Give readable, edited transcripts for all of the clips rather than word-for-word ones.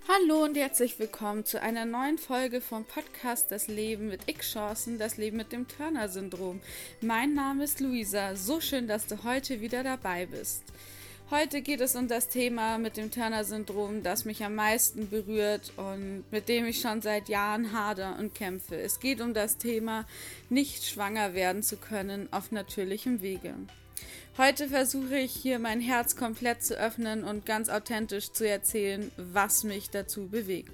Hallo und herzlich willkommen zu einer neuen Folge vom Podcast Das Leben mit X-Chancen, das Leben mit dem Turner-Syndrom. Mein Name ist Luisa, so schön, dass du heute wieder dabei bist. Heute geht es um das Thema mit dem Turner-Syndrom, das mich am meisten berührt und mit dem ich schon seit Jahren hadere und kämpfe. Es geht um das Thema, nicht schwanger werden zu können auf natürlichem Wege. Heute versuche ich hier mein Herz komplett zu öffnen und ganz authentisch zu erzählen, was mich dazu bewegt.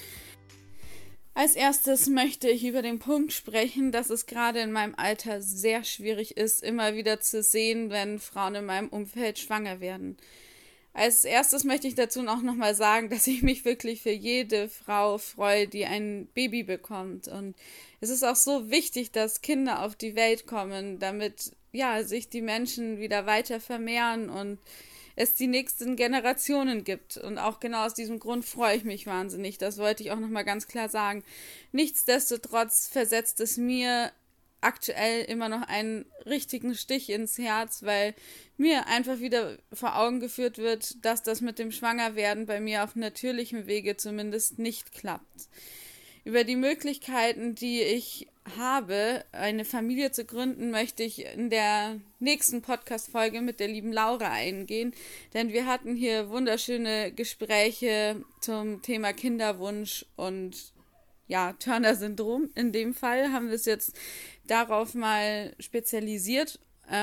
Als erstes möchte ich über den Punkt sprechen, dass es gerade in meinem Alter sehr schwierig ist, immer wieder zu sehen, wenn Frauen in meinem Umfeld schwanger werden. Als erstes möchte ich dazu auch nochmal sagen, dass ich mich wirklich für jede Frau freue, die ein Baby bekommt. Und es ist auch so wichtig, dass Kinder auf die Welt kommen, damit sich die Menschen wieder weiter vermehren und es die nächsten Generationen gibt. Und auch genau aus diesem Grund freue ich mich wahnsinnig. Das wollte ich auch nochmal ganz klar sagen. Nichtsdestotrotz versetzt es mir aktuell immer noch einen richtigen Stich ins Herz, weil mir einfach wieder vor Augen geführt wird, dass das mit dem Schwangerwerden bei mir auf natürlichem Wege zumindest nicht klappt. Über die Möglichkeiten, die ich habe, eine Familie zu gründen, möchte ich in der nächsten Podcast-Folge mit der lieben Laura eingehen, denn wir hatten hier wunderschöne Gespräche zum Thema Kinderwunsch und Turner-Syndrom. In dem Fall haben wir es jetzt darauf mal spezialisiert.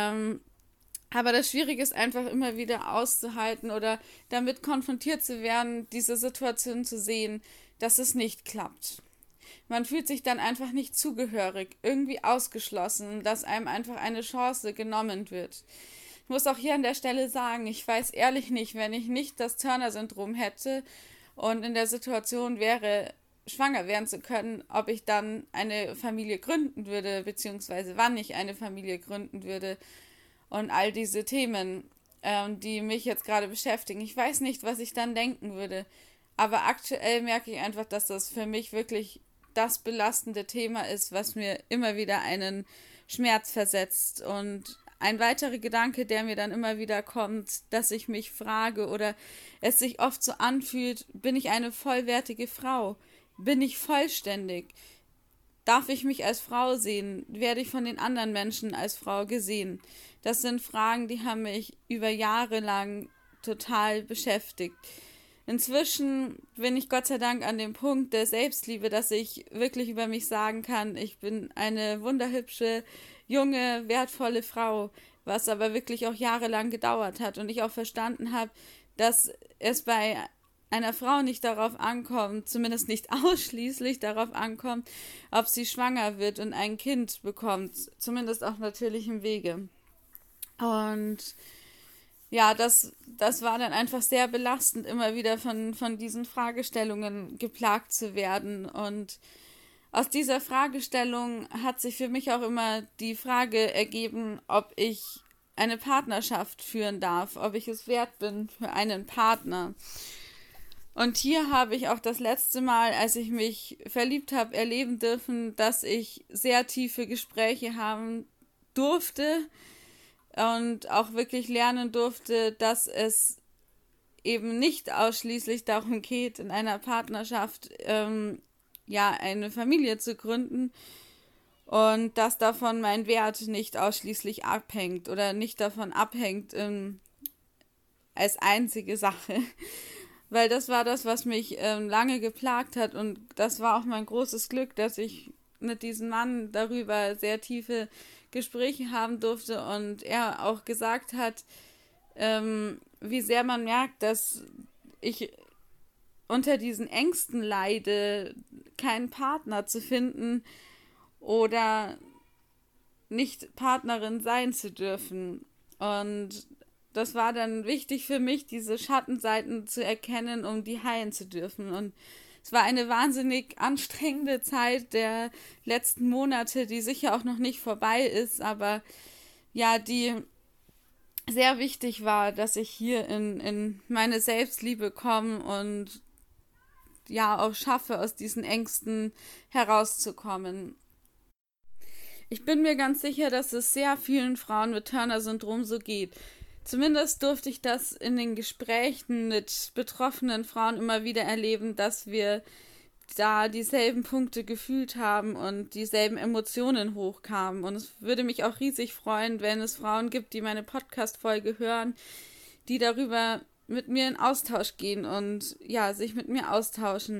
Aber das Schwierige ist einfach immer wieder auszuhalten oder damit konfrontiert zu werden, diese Situation zu sehen, dass es nicht klappt. Man fühlt sich dann einfach nicht zugehörig, irgendwie ausgeschlossen, dass einem einfach eine Chance genommen wird. Ich muss auch hier an der Stelle sagen, ich weiß ehrlich nicht, wenn ich nicht das Turner-Syndrom hätte und in der Situation wäre, schwanger werden zu können, ob ich dann eine Familie gründen würde, beziehungsweise wann ich eine Familie gründen würde und all diese Themen, die mich jetzt gerade beschäftigen. Ich weiß nicht, was ich dann denken würde, aber aktuell merke ich einfach, dass das für mich wirklich das belastende Thema ist, was mir immer wieder einen Schmerz versetzt. Und ein weiterer Gedanke, der mir dann immer wieder kommt, dass ich mich frage oder es sich oft so anfühlt, bin ich eine vollwertige Frau? Bin ich vollständig? Darf ich mich als Frau sehen? Werde ich von den anderen Menschen als Frau gesehen? Das sind Fragen, die haben mich über Jahre lang total beschäftigt. Inzwischen bin ich Gott sei Dank an dem Punkt der Selbstliebe, dass ich wirklich über mich sagen kann, ich bin eine wunderhübsche, junge, wertvolle Frau, was aber wirklich auch jahrelang gedauert hat und ich auch verstanden habe, dass es bei einer Frau nicht darauf ankommt, zumindest nicht ausschließlich darauf ankommt, ob sie schwanger wird und ein Kind bekommt, zumindest auf natürlichem Wege. Und das war dann einfach sehr belastend, immer wieder von diesen Fragestellungen geplagt zu werden. Und aus dieser Fragestellung hat sich für mich auch immer die Frage ergeben, ob ich eine Partnerschaft führen darf, ob ich es wert bin für einen Partner. Und hier habe ich auch das letzte Mal, als ich mich verliebt habe, erleben dürfen, dass ich sehr tiefe Gespräche haben durfte, und auch wirklich lernen durfte, dass es eben nicht ausschließlich darum geht, in einer Partnerschaft eine Familie zu gründen und dass davon mein Wert nicht ausschließlich abhängt oder nicht davon abhängt als einzige Sache. Weil das war das, was mich lange geplagt hat und das war auch mein großes Glück, dass ich mit diesem Mann darüber sehr tiefe Gespräche haben durfte und er auch gesagt hat, wie sehr man merkt, dass ich unter diesen Ängsten leide, keinen Partner zu finden oder nicht Partnerin sein zu dürfen. Und das war dann wichtig für mich, diese Schattenseiten zu erkennen, um die heilen zu dürfen. Und es war eine wahnsinnig anstrengende Zeit der letzten Monate, die sicher auch noch nicht vorbei ist, aber die sehr wichtig war, dass ich hier in meine Selbstliebe komme und auch schaffe, aus diesen Ängsten herauszukommen. Ich bin mir ganz sicher, dass es sehr vielen Frauen mit Turner-Syndrom so geht. zumindest durfte ich das in den Gesprächen mit betroffenen Frauen immer wieder erleben, dass wir da dieselben Punkte gefühlt haben und dieselben Emotionen hochkamen. Und es würde mich auch riesig freuen, wenn es Frauen gibt, die meine Podcast-Folge hören, die darüber mit mir in Austausch gehen und ja, sich mit mir austauschen.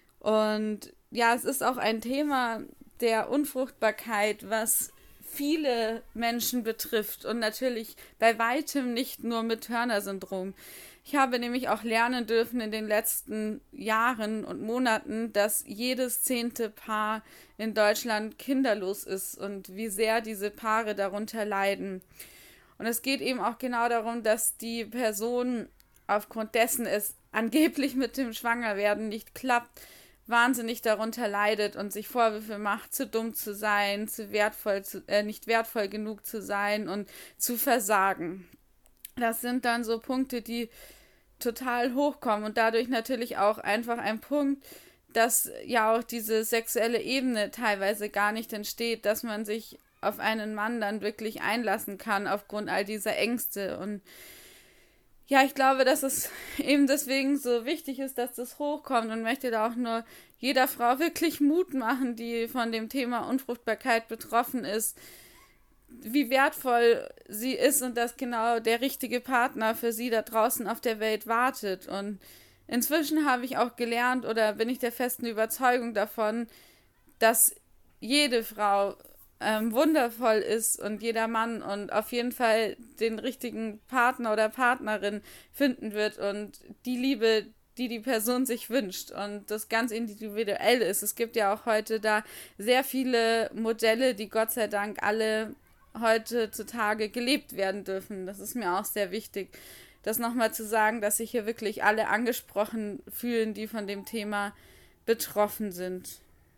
Und ja, es ist auch ein Thema der Unfruchtbarkeit, was viele Menschen betrifft und natürlich bei weitem nicht nur mit Turner-Syndrom. Ich habe nämlich auch lernen dürfen in den letzten Jahren und Monaten, dass jedes 10. Paar in Deutschland kinderlos ist und wie sehr diese Paare darunter leiden. Und es geht eben auch genau darum, dass die Person aufgrund dessen es angeblich mit dem Schwangerwerden nicht klappt, wahnsinnig darunter leidet und sich Vorwürfe macht, zu dumm zu sein, nicht wertvoll genug zu sein und zu versagen. Das sind dann so Punkte, die total hochkommen und dadurch natürlich auch einfach ein Punkt, dass ja auch diese sexuelle Ebene teilweise gar nicht entsteht, dass man sich auf einen Mann dann wirklich einlassen kann aufgrund all dieser Ängste. Und ja, ich glaube, dass es eben deswegen so wichtig ist, dass das hochkommt und möchte da auch nur jeder Frau wirklich Mut machen, die von dem Thema Unfruchtbarkeit betroffen ist, wie wertvoll sie ist und dass genau der richtige Partner für sie da draußen auf der Welt wartet. Und inzwischen habe ich auch gelernt oder bin ich der festen Überzeugung davon, dass jede Frau wundervoll ist und jeder Mann und auf jeden Fall den richtigen Partner oder Partnerin finden wird und die Liebe, die die Person sich wünscht und das ganz individuell ist. Es gibt ja auch heute da sehr viele Modelle, die Gott sei Dank alle heutzutage gelebt werden dürfen. Das ist mir auch sehr wichtig, das nochmal zu sagen, dass sich hier wirklich alle angesprochen fühlen, die von dem Thema betroffen sind.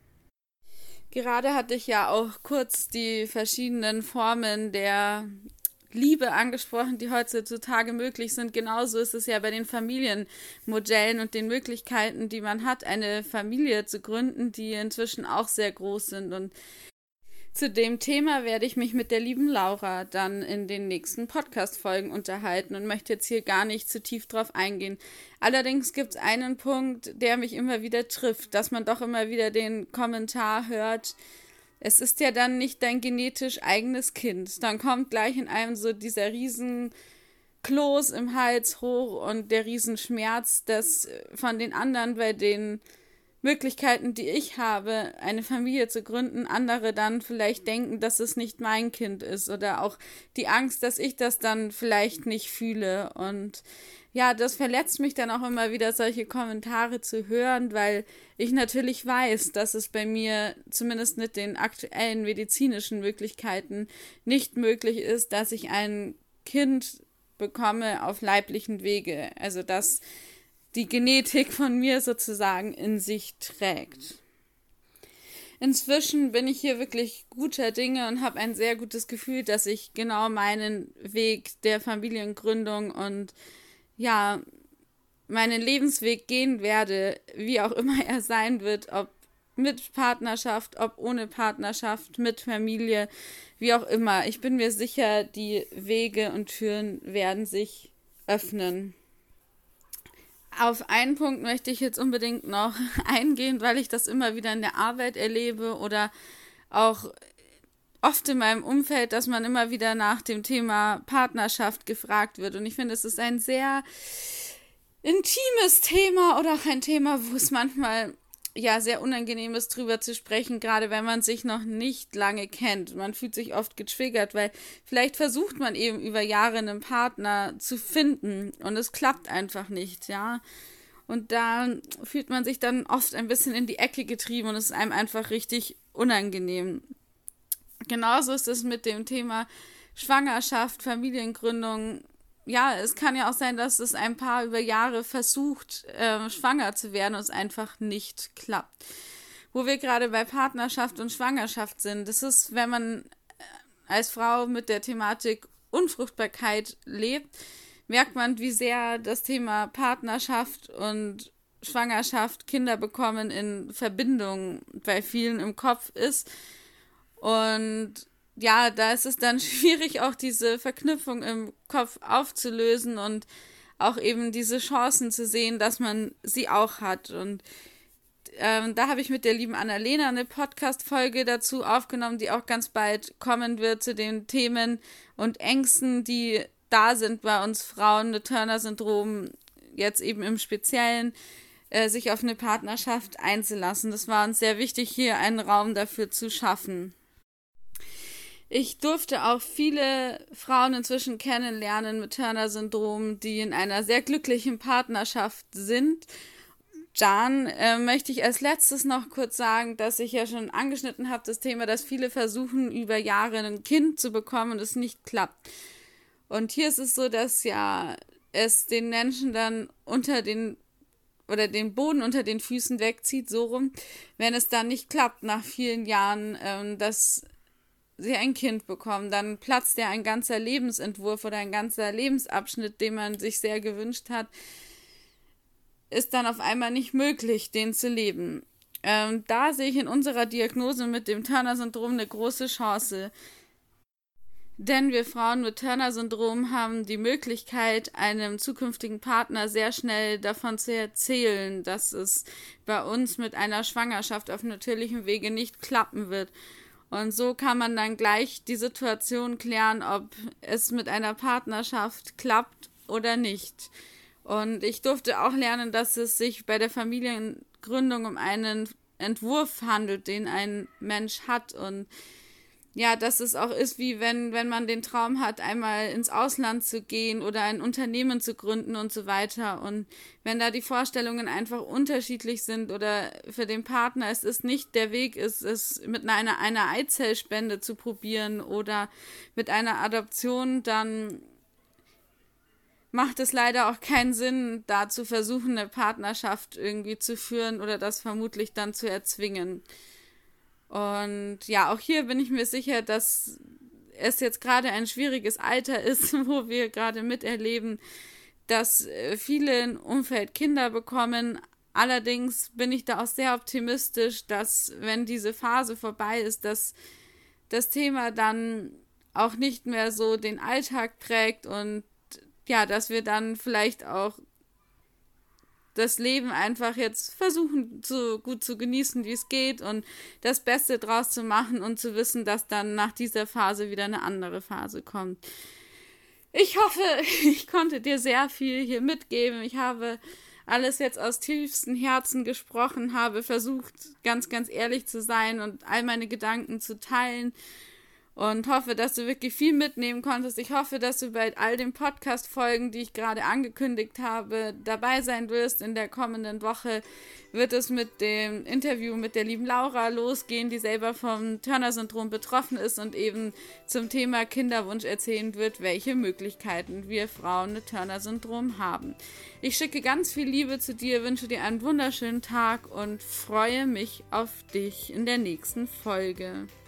Gerade hatte ich ja auch kurz die verschiedenen Formen der Liebe angesprochen, die heutzutage möglich sind. Genauso ist es ja bei den Familienmodellen und den Möglichkeiten, die man hat, eine Familie zu gründen, die inzwischen auch sehr groß sind. Und zu dem Thema werde ich mich mit der lieben Laura dann in den nächsten Podcast-Folgen unterhalten und möchte jetzt hier gar nicht zu tief drauf eingehen. Allerdings gibt es einen Punkt, der mich immer wieder trifft, dass man doch immer wieder den Kommentar hört, es ist ja dann nicht dein genetisch eigenes Kind. Dann kommt gleich in einem so dieser riesen Kloß im Hals hoch und der Riesenschmerz, dass von den anderen bei den Möglichkeiten, die ich habe, eine Familie zu gründen, andere dann vielleicht denken, dass es nicht mein Kind ist oder auch die Angst, dass ich das dann vielleicht nicht fühle. Und ja, das verletzt mich dann auch immer wieder, solche Kommentare zu hören, weil ich natürlich weiß, dass es bei mir zumindest mit den aktuellen medizinischen Möglichkeiten nicht möglich ist, dass ich ein Kind bekomme auf leiblichen Wege. Also dass die Genetik von mir sozusagen in sich trägt. Inzwischen bin ich hier wirklich guter Dinge und habe ein sehr gutes Gefühl, dass ich genau meinen Weg der Familiengründung und ja, meinen Lebensweg gehen werde, wie auch immer er sein wird, ob mit Partnerschaft, ob ohne Partnerschaft, mit Familie, wie auch immer. Ich bin mir sicher, die Wege und Türen werden sich öffnen. Auf einen Punkt möchte ich jetzt unbedingt noch eingehen, weil ich das immer wieder in der Arbeit erlebe oder auch oft in meinem Umfeld, dass man immer wieder nach dem Thema Partnerschaft gefragt wird. Und ich finde, es ist ein sehr intimes Thema oder auch ein Thema, wo es manchmal ja sehr unangenehm ist, drüber zu sprechen, gerade wenn man sich noch nicht lange kennt. Man fühlt sich oft getriggert, weil vielleicht versucht man eben über Jahre einen Partner zu finden und es klappt einfach nicht, ja. Und da fühlt man sich dann oft ein bisschen in die Ecke getrieben und es ist einem einfach richtig unangenehm. Genauso ist es mit dem Thema Schwangerschaft, Familiengründung. Ja, es kann ja auch sein, dass es ein Paar über Jahre versucht, schwanger zu werden und es einfach nicht klappt. Wo wir gerade bei Partnerschaft und Schwangerschaft sind, das ist, wenn man als Frau mit der Thematik Unfruchtbarkeit lebt, merkt man, wie sehr das Thema Partnerschaft und Schwangerschaft, Kinder bekommen in Verbindung bei vielen im Kopf ist. Und ja, da ist es dann schwierig, auch diese Verknüpfung im Kopf aufzulösen und auch eben diese Chancen zu sehen, dass man sie auch hat. Und da habe ich mit der lieben Annalena eine Podcast-Folge dazu aufgenommen, die auch ganz bald kommen wird zu den Themen und Ängsten, die da sind bei uns Frauen mit Turner-Syndrom, jetzt eben im Speziellen, sich auf eine Partnerschaft einzulassen. Das war uns sehr wichtig, hier einen Raum dafür zu schaffen. Ich durfte auch viele Frauen inzwischen kennenlernen mit Turner-Syndrom, die in einer sehr glücklichen Partnerschaft sind. Dann möchte ich als letztes noch kurz sagen, dass ich ja schon angeschnitten habe, das Thema, dass viele versuchen, über Jahre ein Kind zu bekommen und es nicht klappt. Und hier ist es so, dass ja es den Menschen dann den Boden unter den Füßen wegzieht, so rum, wenn es dann nicht klappt nach vielen Jahren, dass sie ein Kind bekommen, dann platzt ja ein ganzer Lebensentwurf oder ein ganzer Lebensabschnitt, den man sich sehr gewünscht hat, ist dann auf einmal nicht möglich, den zu leben. Da sehe ich in unserer Diagnose mit dem Turner-Syndrom eine große Chance. Denn wir Frauen mit Turner-Syndrom haben die Möglichkeit, einem zukünftigen Partner sehr schnell davon zu erzählen, dass es bei uns mit einer Schwangerschaft auf natürlichem Wege nicht klappen wird. Und so kann man dann gleich die Situation klären, ob es mit einer Partnerschaft klappt oder nicht. Und ich durfte auch lernen, dass es sich bei der Familiengründung um einen Entwurf handelt, den ein Mensch hat. Und ja, dass es auch ist, wie wenn man den Traum hat, einmal ins Ausland zu gehen oder ein Unternehmen zu gründen und so weiter. Und wenn da die Vorstellungen einfach unterschiedlich sind oder für den Partner es nicht der Weg ist, es mit einer Eizellspende zu probieren oder mit einer Adoption, dann macht es leider auch keinen Sinn, da zu versuchen, eine Partnerschaft irgendwie zu führen oder das vermutlich dann zu erzwingen. Und ja, auch hier bin ich mir sicher, dass es jetzt gerade ein schwieriges Alter ist, wo wir gerade miterleben, dass viele im Umfeld Kinder bekommen. Allerdings bin ich da auch sehr optimistisch, dass, wenn diese Phase vorbei ist, dass das Thema dann auch nicht mehr so den Alltag prägt und ja, dass wir dann vielleicht auch das Leben einfach jetzt versuchen, so gut zu genießen, wie es geht und das Beste draus zu machen und zu wissen, dass dann nach dieser Phase wieder eine andere Phase kommt. Ich hoffe, ich konnte dir sehr viel hier mitgeben. Ich habe alles jetzt aus tiefstem Herzen gesprochen, habe versucht, ganz, ganz ehrlich zu sein und all meine Gedanken zu teilen. Und hoffe, dass du wirklich viel mitnehmen konntest. Ich hoffe, dass du bei all den Podcast-Folgen, die ich gerade angekündigt habe, dabei sein wirst. In der kommenden Woche wird es mit dem Interview mit der lieben Laura losgehen, die selber vom Turner-Syndrom betroffen ist und eben zum Thema Kinderwunsch erzählen wird, welche Möglichkeiten wir Frauen mit Turner-Syndrom haben. Ich schicke ganz viel Liebe zu dir, wünsche dir einen wunderschönen Tag und freue mich auf dich in der nächsten Folge.